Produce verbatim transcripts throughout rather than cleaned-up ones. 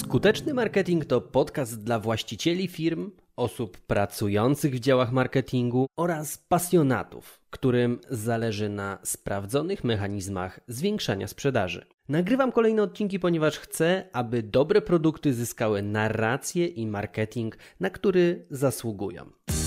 Skuteczny marketing to podcast dla właścicieli firm, osób pracujących w działach marketingu oraz pasjonatów, którym zależy na sprawdzonych mechanizmach zwiększania sprzedaży. Nagrywam kolejne odcinki, ponieważ chcę, aby dobre produkty zyskały narrację i marketing, na który zasługują.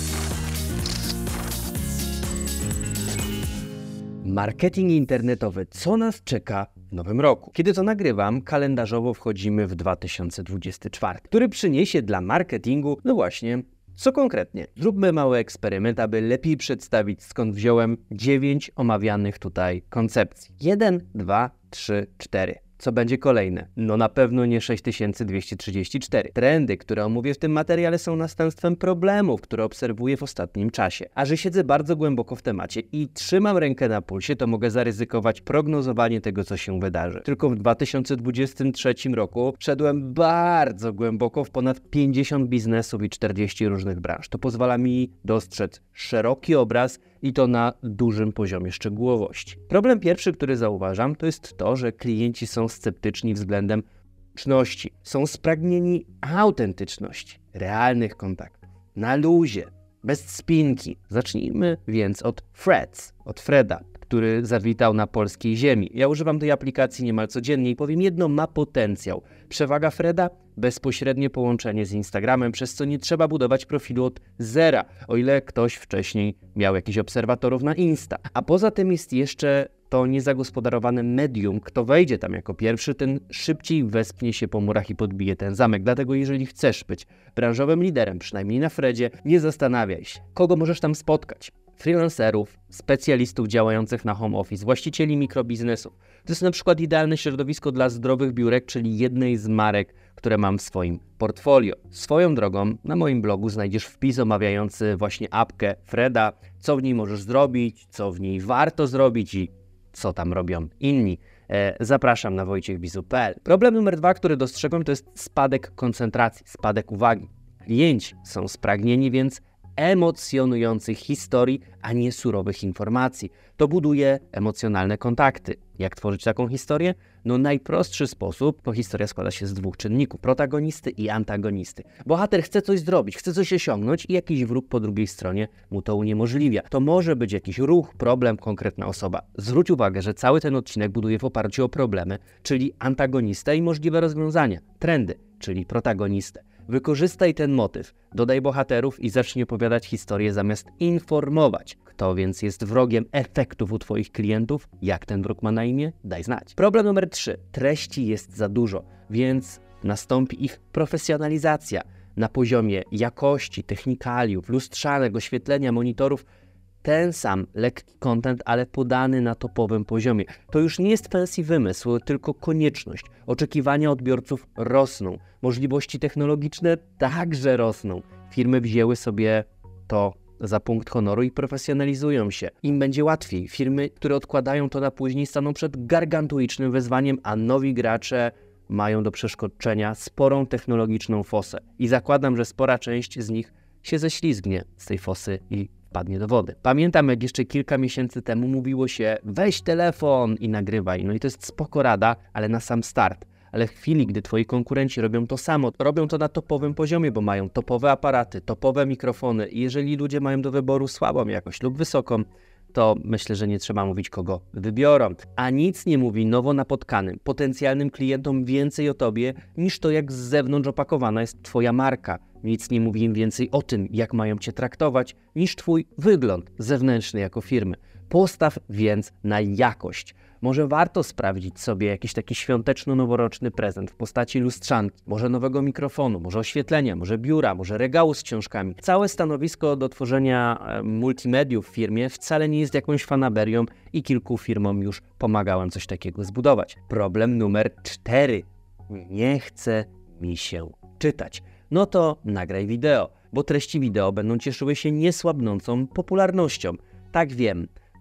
Marketing internetowy. Co nas czeka w nowym roku? Kiedy to nagrywam, kalendarzowo wchodzimy w dwa tysiące dwudziesty czwarty, który przyniesie dla marketingu, no właśnie, co konkretnie? Zróbmy mały eksperyment, aby lepiej przedstawić, skąd wziąłem dziewięć omawianych tutaj koncepcji. jeden, dwa, trzy, cztery. Co będzie kolejne? No na pewno nie sześć tysięcy dwieście trzydzieści cztery. Trendy, które omówię w tym materiale, są następstwem problemów, które obserwuję w ostatnim czasie. A że siedzę bardzo głęboko w temacie i trzymam rękę na pulsie, to mogę zaryzykować prognozowanie tego, co się wydarzy. Tylko w dwa tysiące dwudziestym trzecim roku wszedłem bardzo głęboko w ponad pięćdziesiąt biznesów i czterdzieści różnych branż. To pozwala mi dostrzec szeroki obraz i to na dużym poziomie szczegółowości. Problem pierwszy, który zauważam, to jest to, że klienci są sceptyczni względem czynności. Są spragnieni autentyczności, realnych kontaktów, na luzie, bez spinki. Zacznijmy więc od Threads, od Freda, który zawitał na polskiej ziemi. Ja używam tej aplikacji niemal codziennie i powiem jedno, ma potencjał. Przewaga Freda? Bezpośrednie połączenie z Instagramem, przez co nie trzeba budować profilu od zera, o ile ktoś wcześniej miał jakichś obserwatorów na Insta. A poza tym jest jeszcze to niezagospodarowane medium. Kto wejdzie tam jako pierwszy, ten szybciej wespnie się po murach i podbije ten zamek. Dlatego jeżeli chcesz być branżowym liderem, przynajmniej na Fredzie, nie zastanawiaj się, kogo możesz tam spotkać. Freelancerów, specjalistów działających na home office, właścicieli mikrobiznesów. To jest na przykład idealne środowisko dla zdrowych biurek, czyli jednej z marek, które mam w swoim portfolio. Swoją drogą, na moim blogu znajdziesz wpis omawiający właśnie apkę Freda, co w niej możesz zrobić, co w niej warto zrobić i co tam robią inni. E, zapraszam na wojciech bizu kropka p l. Problem numer dwa, który dostrzegłem, to jest spadek koncentracji, spadek uwagi. Klienci są spragnieni więc emocjonujących historii, a nie surowych informacji. To buduje emocjonalne kontakty. Jak tworzyć taką historię? No najprostszy sposób, to historia składa się z dwóch czynników, protagonisty i antagonisty. Bohater chce coś zrobić, chce coś osiągnąć i jakiś wróg po drugiej stronie mu to uniemożliwia. To może być jakiś ruch, problem, konkretna osoba. Zwróć uwagę, że cały ten odcinek buduje w oparciu o problemy, czyli antagonistę i możliwe rozwiązania, trendy, czyli protagonistę. Wykorzystaj ten motyw, dodaj bohaterów i zacznij opowiadać historię zamiast informować. Kto więc jest wrogiem efektów u Twoich klientów? Jak ten wróg ma na imię? Daj znać. Problem numer trzy. Treści jest za dużo, więc nastąpi ich profesjonalizacja na poziomie jakości, technikaliów, lustrzanek, oświetlenia, monitorów. Ten sam lekki content, ale podany na topowym poziomie. To już nie jest fancy wymysł, tylko konieczność. Oczekiwania odbiorców rosną. Możliwości technologiczne także rosną. Firmy wzięły sobie to za punkt honoru i profesjonalizują się. Im będzie łatwiej. Firmy, które odkładają to na później, staną przed gargantuicznym wyzwaniem, a nowi gracze mają do przeskoczenia sporą technologiczną fosę. I zakładam, że spora część z nich się ześlizgnie z tej fosy i padnie do wody. Pamiętam, jak jeszcze kilka miesięcy temu mówiło się weź telefon i nagrywaj. No i to jest spoko rada, ale na sam start. Ale w chwili, gdy twoi konkurenci robią to samo, robią to na topowym poziomie, bo mają topowe aparaty, topowe mikrofony i jeżeli ludzie mają do wyboru słabą jakość lub wysoką, to myślę, że nie trzeba mówić, kogo wybiorą. A nic nie mówi nowo napotkanym, potencjalnym klientom więcej o tobie, niż to, jak z zewnątrz opakowana jest twoja marka. Nic nie mówi im więcej o tym, jak mają cię traktować, niż twój wygląd zewnętrzny jako firmy. Postaw więc na jakość. Może warto sprawdzić sobie jakiś taki świąteczno-noworoczny prezent w postaci lustrzanki, może nowego mikrofonu, może oświetlenia, może biura, może regału z książkami. Całe stanowisko do tworzenia multimediów w firmie wcale nie jest jakąś fanaberią i kilku firmom już pomagałem coś takiego zbudować. Problem numer cztery. Nie chce mi się czytać. No to nagraj wideo, bo treści wideo będą cieszyły się niesłabnącą popularnością. Tak wiem.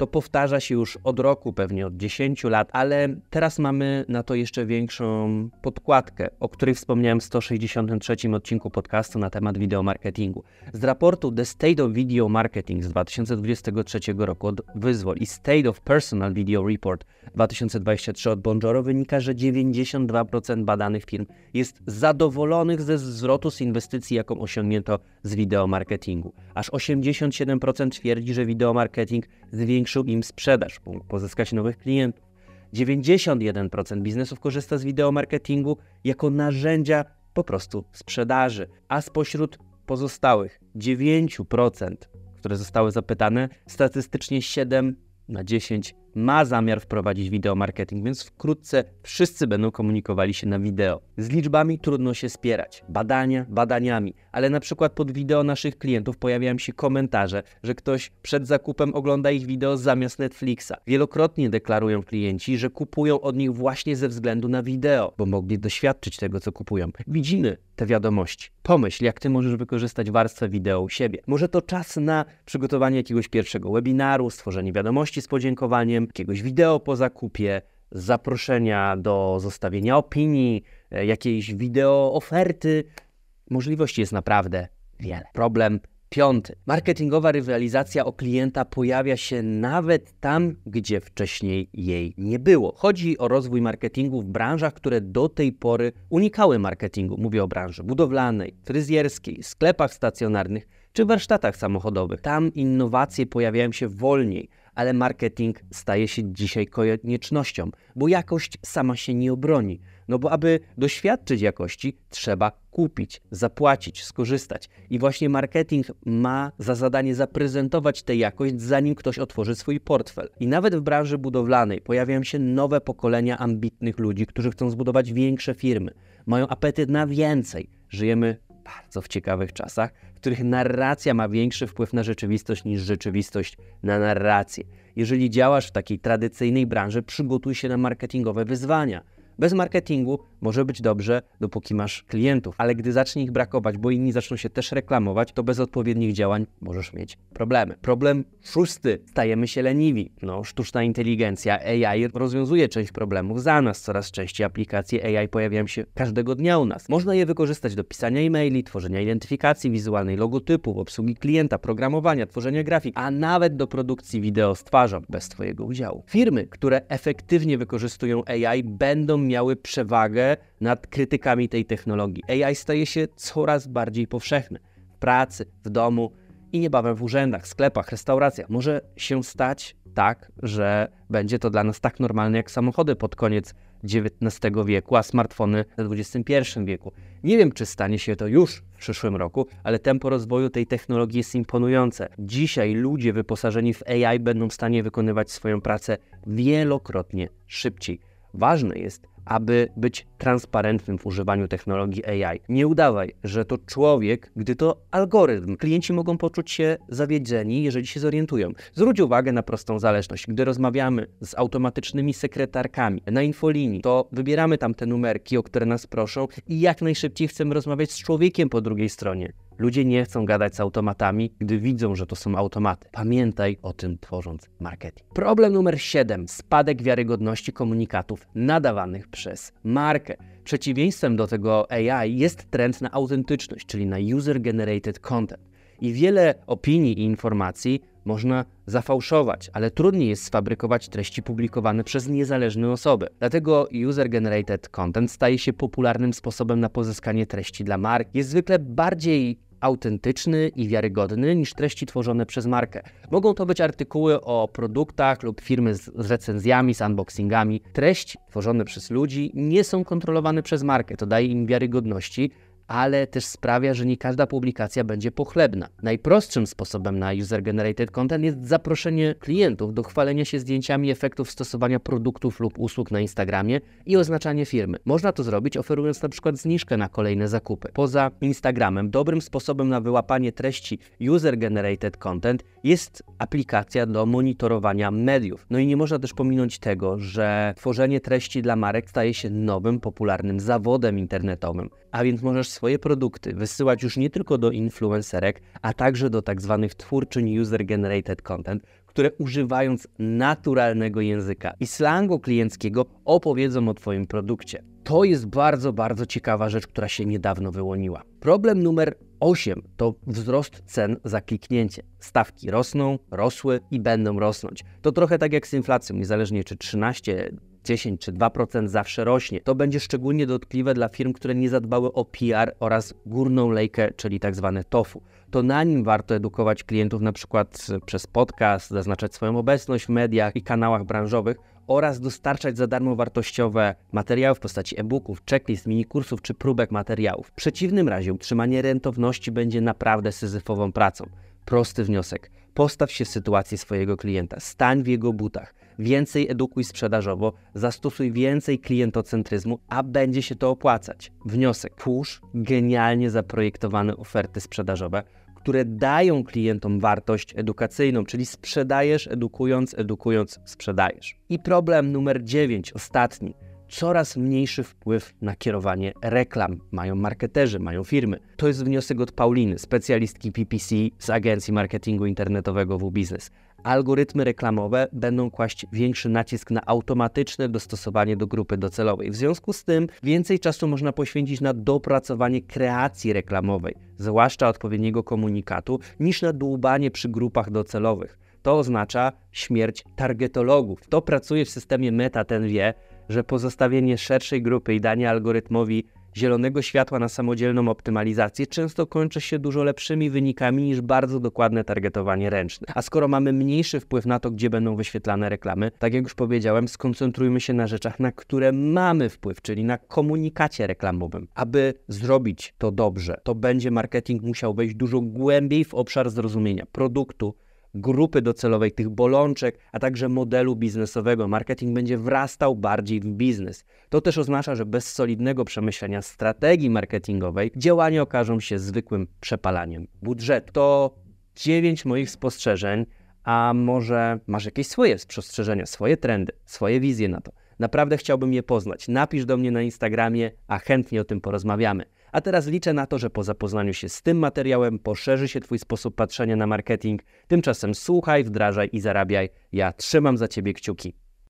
To powtarza się już od roku, pewnie od dziesięciu lat, ale teraz mamy na to jeszcze większą podkładkę, o której wspomniałem w sto sześćdziesiątym trzecim odcinku podcastu na temat wideomarketingu. Z raportu The State of Video Marketing z dwa tysiące dwudziestego trzeciego roku od Wyzwol i State of Personal Video Report dwa tysiące dwudziesty trzeci od Bonjoro wynika, że dziewięćdziesiąt dwa procent badanych firm jest zadowolonych ze zwrotu z inwestycji, jaką osiągnięto z wideomarketingu. Aż osiemdziesiąt siedem procent twierdzi, że wideomarketing zwiększył im sprzedaż, mógł pozyskać nowych klientów. dziewięćdziesiąt jeden procent biznesów korzysta z wideomarketingu jako narzędzia po prostu sprzedaży, a spośród pozostałych dziewięć procent, które zostały zapytane, statystycznie siedem na dziesięć ma zamiar wprowadzić wideomarketing, więc wkrótce wszyscy będą komunikowali się na wideo. Z liczbami trudno się spierać, badania badaniami, ale na przykład pod wideo naszych klientów pojawiają się komentarze, że ktoś przed zakupem ogląda ich wideo zamiast Netflixa. Wielokrotnie deklarują klienci, że kupują od nich właśnie ze względu na wideo, bo mogli doświadczyć tego, co kupują. Widzimy te wiadomości. Pomyśl, jak ty możesz wykorzystać warstwę wideo u siebie. Może to czas na przygotowanie jakiegoś pierwszego webinaru, stworzenie wiadomości z podziękowaniem, jakiegoś wideo po zakupie, zaproszenia do zostawienia opinii, jakiejś wideo oferty. Możliwości jest naprawdę wiele. Problem piąty. Marketingowa rywalizacja o klienta pojawia się nawet tam, gdzie wcześniej jej nie było. Chodzi o rozwój marketingu w branżach, które do tej pory unikały marketingu. Mówię o branży budowlanej, fryzjerskiej, sklepach stacjonarnych czy warsztatach samochodowych. Tam innowacje pojawiają się wolniej, ale marketing staje się dzisiaj koniecznością, bo jakość sama się nie obroni. No bo aby doświadczyć jakości, trzeba kupić, zapłacić, skorzystać. I właśnie marketing ma za zadanie zaprezentować tę jakość, zanim ktoś otworzy swój portfel. I nawet w branży budowlanej pojawiają się nowe pokolenia ambitnych ludzi, którzy chcą zbudować większe firmy. Mają apetyt na więcej. Żyjemy bardzo w ciekawych czasach, w których narracja ma większy wpływ na rzeczywistość niż rzeczywistość na narrację. Jeżeli działasz w takiej tradycyjnej branży, przygotuj się na marketingowe wyzwania. Bez marketingu może być dobrze, dopóki masz klientów, ale gdy zacznie ich brakować, bo inni zaczną się też reklamować, to bez odpowiednich działań możesz mieć problemy. Problem szósty. Stajemy się leniwi. No, sztuczna inteligencja, A I rozwiązuje część problemów za nas. Coraz częściej aplikacje A I pojawiają się każdego dnia u nas. Można je wykorzystać do pisania e-maili, tworzenia identyfikacji wizualnej, logotypów, obsługi klienta, programowania, tworzenia grafik, a nawet do produkcji wideo z twarzą, bez Twojego udziału. Firmy, które efektywnie wykorzystują A I, będą miały przewagę nad krytykami tej technologii. A I staje się coraz bardziej powszechne w pracy, w domu i niebawem w urzędach, sklepach, restauracjach. Może się stać tak, że będzie to dla nas tak normalne jak samochody pod koniec dziewiętnastego wieku, a smartfony w dwudziestym pierwszym wieku. Nie wiem, czy stanie się to już w przyszłym roku, ale tempo rozwoju tej technologii jest imponujące. Dzisiaj ludzie wyposażeni w A I będą w stanie wykonywać swoją pracę wielokrotnie szybciej. Ważne jest, aby być transparentnym w używaniu technologii A I. Nie udawaj, że to człowiek, gdy to algorytm. Klienci mogą poczuć się zawiedzeni, jeżeli się zorientują. Zwróć uwagę na prostą zależność. Gdy rozmawiamy z automatycznymi sekretarkami na infolinii, to wybieramy tam te numerki, o które nas proszą i jak najszybciej chcemy rozmawiać z człowiekiem po drugiej stronie. Ludzie nie chcą gadać z automatami, gdy widzą, że to są automaty. Pamiętaj o tym, tworząc marketing. Problem numer siedem. Spadek wiarygodności komunikatów nadawanych przez markę. Przeciwieństwem do tego A I jest trend na autentyczność, czyli na user-generated content. I wiele opinii i informacji można zafałszować, ale trudniej jest sfabrykować treści publikowane przez niezależne osoby. Dlatego user-generated content staje się popularnym sposobem na pozyskanie treści dla mark. Jest zwykle bardziej autentyczny i wiarygodny niż treści tworzone przez markę. Mogą to być artykuły o produktach lub firmy z, z recenzjami, z unboxingami. Treści tworzone przez ludzi nie są kontrolowane przez markę, to daje im wiarygodności, ale też sprawia, że nie każda publikacja będzie pochlebna. Najprostszym sposobem na user-generated content jest zaproszenie klientów do chwalenia się zdjęciami efektów stosowania produktów lub usług na Instagramie i oznaczanie firmy. Można to zrobić, oferując na przykład zniżkę na kolejne zakupy. Poza Instagramem dobrym sposobem na wyłapanie treści user-generated content jest aplikacja do monitorowania mediów. No i nie można też pominąć tego, że tworzenie treści dla marek staje się nowym, popularnym zawodem internetowym, a więc możesz swoje produkty wysyłać już nie tylko do influencerek, a także do tak zwanych twórczyń user-generated content, które używając naturalnego języka i slangu klienckiego opowiedzą o Twoim produkcie. To jest bardzo, bardzo ciekawa rzecz, która się niedawno wyłoniła. Problem numer osiem to wzrost cen za kliknięcie. Stawki rosną, rosły i będą rosnąć. To trochę tak jak z inflacją, niezależnie czy trzynaście, dziesięć czy dwa procent zawsze rośnie. To będzie szczególnie dotkliwe dla firm, które nie zadbały o P R oraz górną lejkę, czyli tak zwane tofu. To na nim warto edukować klientów na przykład przez podcast, zaznaczać swoją obecność w mediach i kanałach branżowych oraz dostarczać za darmo wartościowe materiały w postaci e-booków, checklist, minikursów czy próbek materiałów. W przeciwnym razie utrzymanie rentowności będzie naprawdę syzyfową pracą. Prosty wniosek. Postaw się w sytuacji swojego klienta, stań w jego butach, więcej edukuj sprzedażowo, zastosuj więcej klientocentryzmu, a będzie się to opłacać. Wniosek. Twórz genialnie zaprojektowane oferty sprzedażowe, które dają klientom wartość edukacyjną, czyli sprzedajesz, edukując, edukując, sprzedajesz. I problem numer dziewięć, ostatni. Coraz mniejszy wpływ na kierowanie reklam mają marketerzy, mają firmy. To jest wniosek od Pauliny, specjalistki P P C z agencji marketingu internetowego W-Business. Algorytmy reklamowe będą kłaść większy nacisk na automatyczne dostosowanie do grupy docelowej. W związku z tym więcej czasu można poświęcić na dopracowanie kreacji reklamowej, zwłaszcza odpowiedniego komunikatu, niż na dłubanie przy grupach docelowych. To oznacza śmierć targetologów. Kto pracuje w systemie Meta, ten wie, że pozostawienie szerszej grupy i danie algorytmowi zielonego światła na samodzielną optymalizację często kończy się dużo lepszymi wynikami niż bardzo dokładne targetowanie ręczne. A skoro mamy mniejszy wpływ na to, gdzie będą wyświetlane reklamy, tak jak już powiedziałem, skoncentrujmy się na rzeczach, na które mamy wpływ, czyli na komunikacie reklamowym. Aby zrobić to dobrze, to będzie marketing musiał wejść dużo głębiej w obszar zrozumienia produktu, grupy docelowej, tych bolączek, a także modelu biznesowego. Marketing będzie wrastał bardziej w biznes. To też oznacza, że bez solidnego przemyślenia strategii marketingowej działania okażą się zwykłym przepalaniem budżetu. To dziewięć moich spostrzeżeń, a może masz jakieś swoje spostrzeżenia, swoje trendy, swoje wizje na to. Naprawdę chciałbym je poznać. Napisz do mnie na Instagramie, a chętnie o tym porozmawiamy. A teraz liczę na to, że po zapoznaniu się z tym materiałem poszerzy się Twój sposób patrzenia na marketing. Tymczasem słuchaj, wdrażaj i zarabiaj. Ja trzymam za Ciebie kciuki.